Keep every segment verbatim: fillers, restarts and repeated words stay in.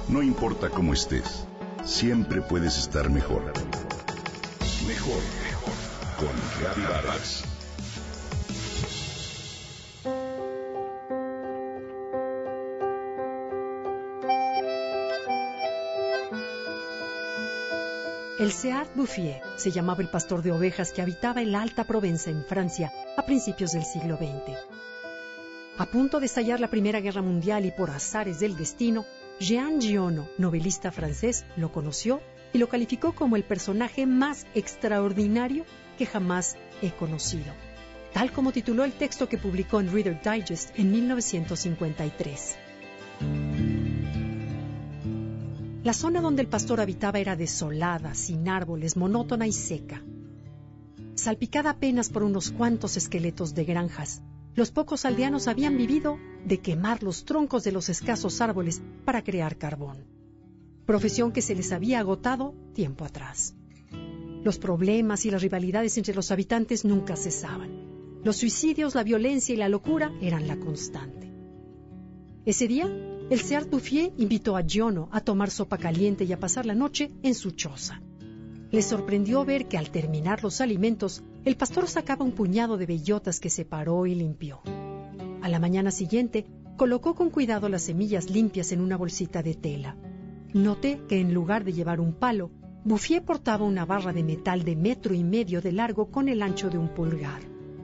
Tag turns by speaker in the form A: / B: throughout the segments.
A: No importa cómo estés, siempre puedes estar mejor. Mejor, mejor. Con Gaby Vargas.
B: El Seart Bouffier se llamaba el pastor de ovejas que habitaba en la Alta Provenza en Francia a principios del siglo veinte. A punto de estallar la Primera Guerra Mundial y por azares del destino, Jean Giono, novelista francés, lo conoció y lo calificó como el personaje más extraordinario que jamás he conocido, tal como tituló el texto que publicó en Reader Digest en mil novecientos cincuenta y tres. La zona donde el pastor habitaba era desolada, sin árboles, monótona y seca. Salpicada apenas por unos cuantos esqueletos de granjas, los pocos aldeanos habían vivido de quemar los troncos de los escasos árboles para crear carbón, profesión que se les había agotado tiempo atrás. Los problemas y las rivalidades entre los habitantes nunca cesaban. Los suicidios, la violencia y la locura eran la constante. Ese día, el Seart Bouffier invitó a Giono a tomar sopa caliente y a pasar la noche en su choza. Le sorprendió ver que al terminar los alimentos, el pastor sacaba un puñado de bellotas que separó y limpió. A la mañana siguiente, colocó con cuidado las semillas limpias en una bolsita de tela. Noté que en lugar de llevar un palo, Bouffier portaba una barra de metal de metro y medio de largo con el ancho de un pulgar.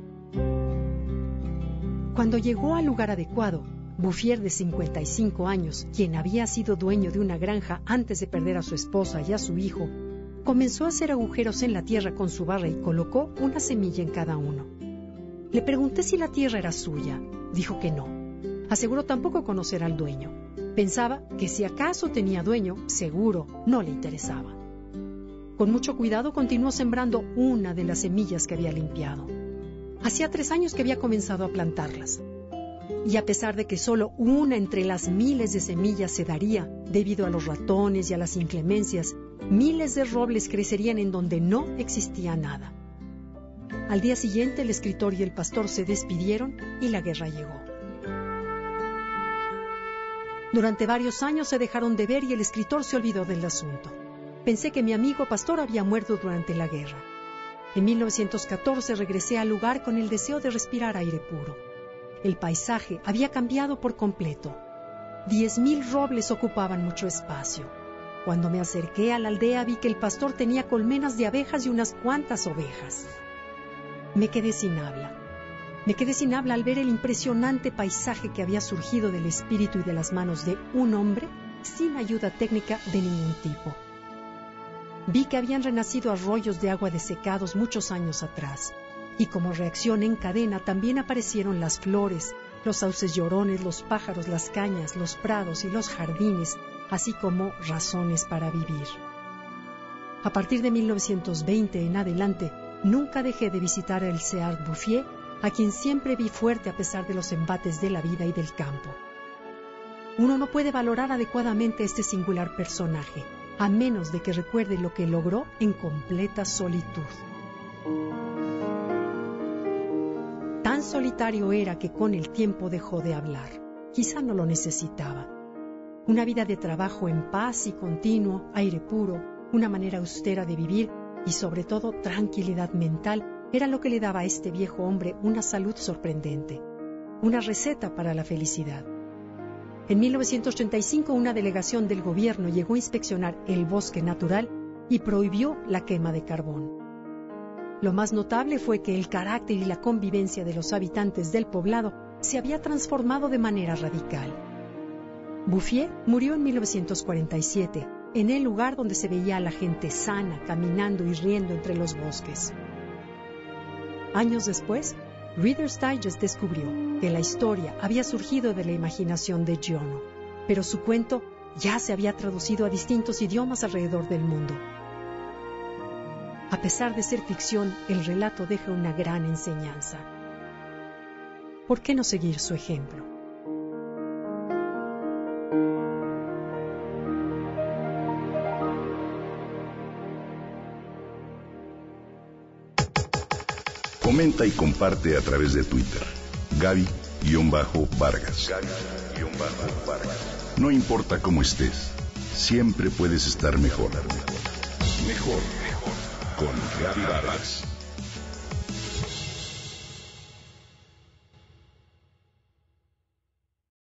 B: Cuando llegó al lugar adecuado, Bouffier, de cincuenta y cinco años, quien había sido dueño de una granja antes de perder a su esposa y a su hijo, comenzó a hacer agujeros en la tierra con su barra y colocó una semilla en cada uno. Le pregunté si la tierra era suya. Dijo que no. Aseguró tampoco conocer al dueño. Pensaba que si acaso tenía dueño, seguro no le interesaba. Con mucho cuidado continuó sembrando una de las semillas que había limpiado. Hacía tres años que había comenzado a plantarlas. Y a pesar de que solo una entre las miles de semillas se daría, debido a los ratones y a las inclemencias, miles de robles crecerían en donde no existía nada. Al día siguiente, el escritor y el pastor se despidieron y la guerra llegó. Durante varios años se dejaron de ver y el escritor se olvidó del asunto. Pensé que mi amigo pastor había muerto durante la guerra. En mil novecientos catorce regresé al lugar con el deseo de respirar aire puro. El paisaje había cambiado por completo. Diez mil robles ocupaban mucho espacio. Cuando me acerqué a la aldea vi que el pastor tenía colmenas de abejas y unas cuantas ovejas. Me quedé sin habla. Me quedé sin habla al ver el impresionante paisaje que había surgido del espíritu y de las manos de un hombre sin ayuda técnica de ningún tipo. Vi que habían renacido arroyos de agua desecados muchos años atrás. Y como reacción en cadena también aparecieron las flores, los sauces llorones, los pájaros, las cañas, los prados y los jardines, así como razones para vivir. A partir de mil novecientos veinte en adelante, nunca dejé de visitar el Seart Bouffier, a quien siempre vi fuerte a pesar de los embates de la vida y del campo. Uno no puede valorar adecuadamente este singular personaje, a menos de que recuerde lo que logró en completa solitud. Tan solitario era que con el tiempo dejó de hablar. Quizá no lo necesitaba. Una vida de trabajo en paz y continuo, aire puro, una manera austera de vivir y sobre todo tranquilidad mental era lo que le daba a este viejo hombre una salud sorprendente, una receta para la felicidad. En mil novecientos treinta y cinco una delegación del gobierno llegó a inspeccionar el bosque natural y prohibió la quema de carbón. Lo más notable fue que el carácter y la convivencia de los habitantes del poblado se había transformado de manera radical. Bouffier murió en mil novecientos cuarenta y siete, en el lugar donde se veía a la gente sana, caminando y riendo entre los bosques. Años después, Reader's Digest descubrió que la historia había surgido de la imaginación de Giono, pero su cuento ya se había traducido a distintos idiomas alrededor del mundo. A pesar de ser ficción, el relato deja una gran enseñanza. ¿Por qué no seguir su ejemplo?
A: Comenta y comparte a través de Twitter. Gaby-Vargas. Gaby-Vargas. No importa cómo estés, Siempre puedes estar mejor. Mejor, mejor. Con Gaby Vargas.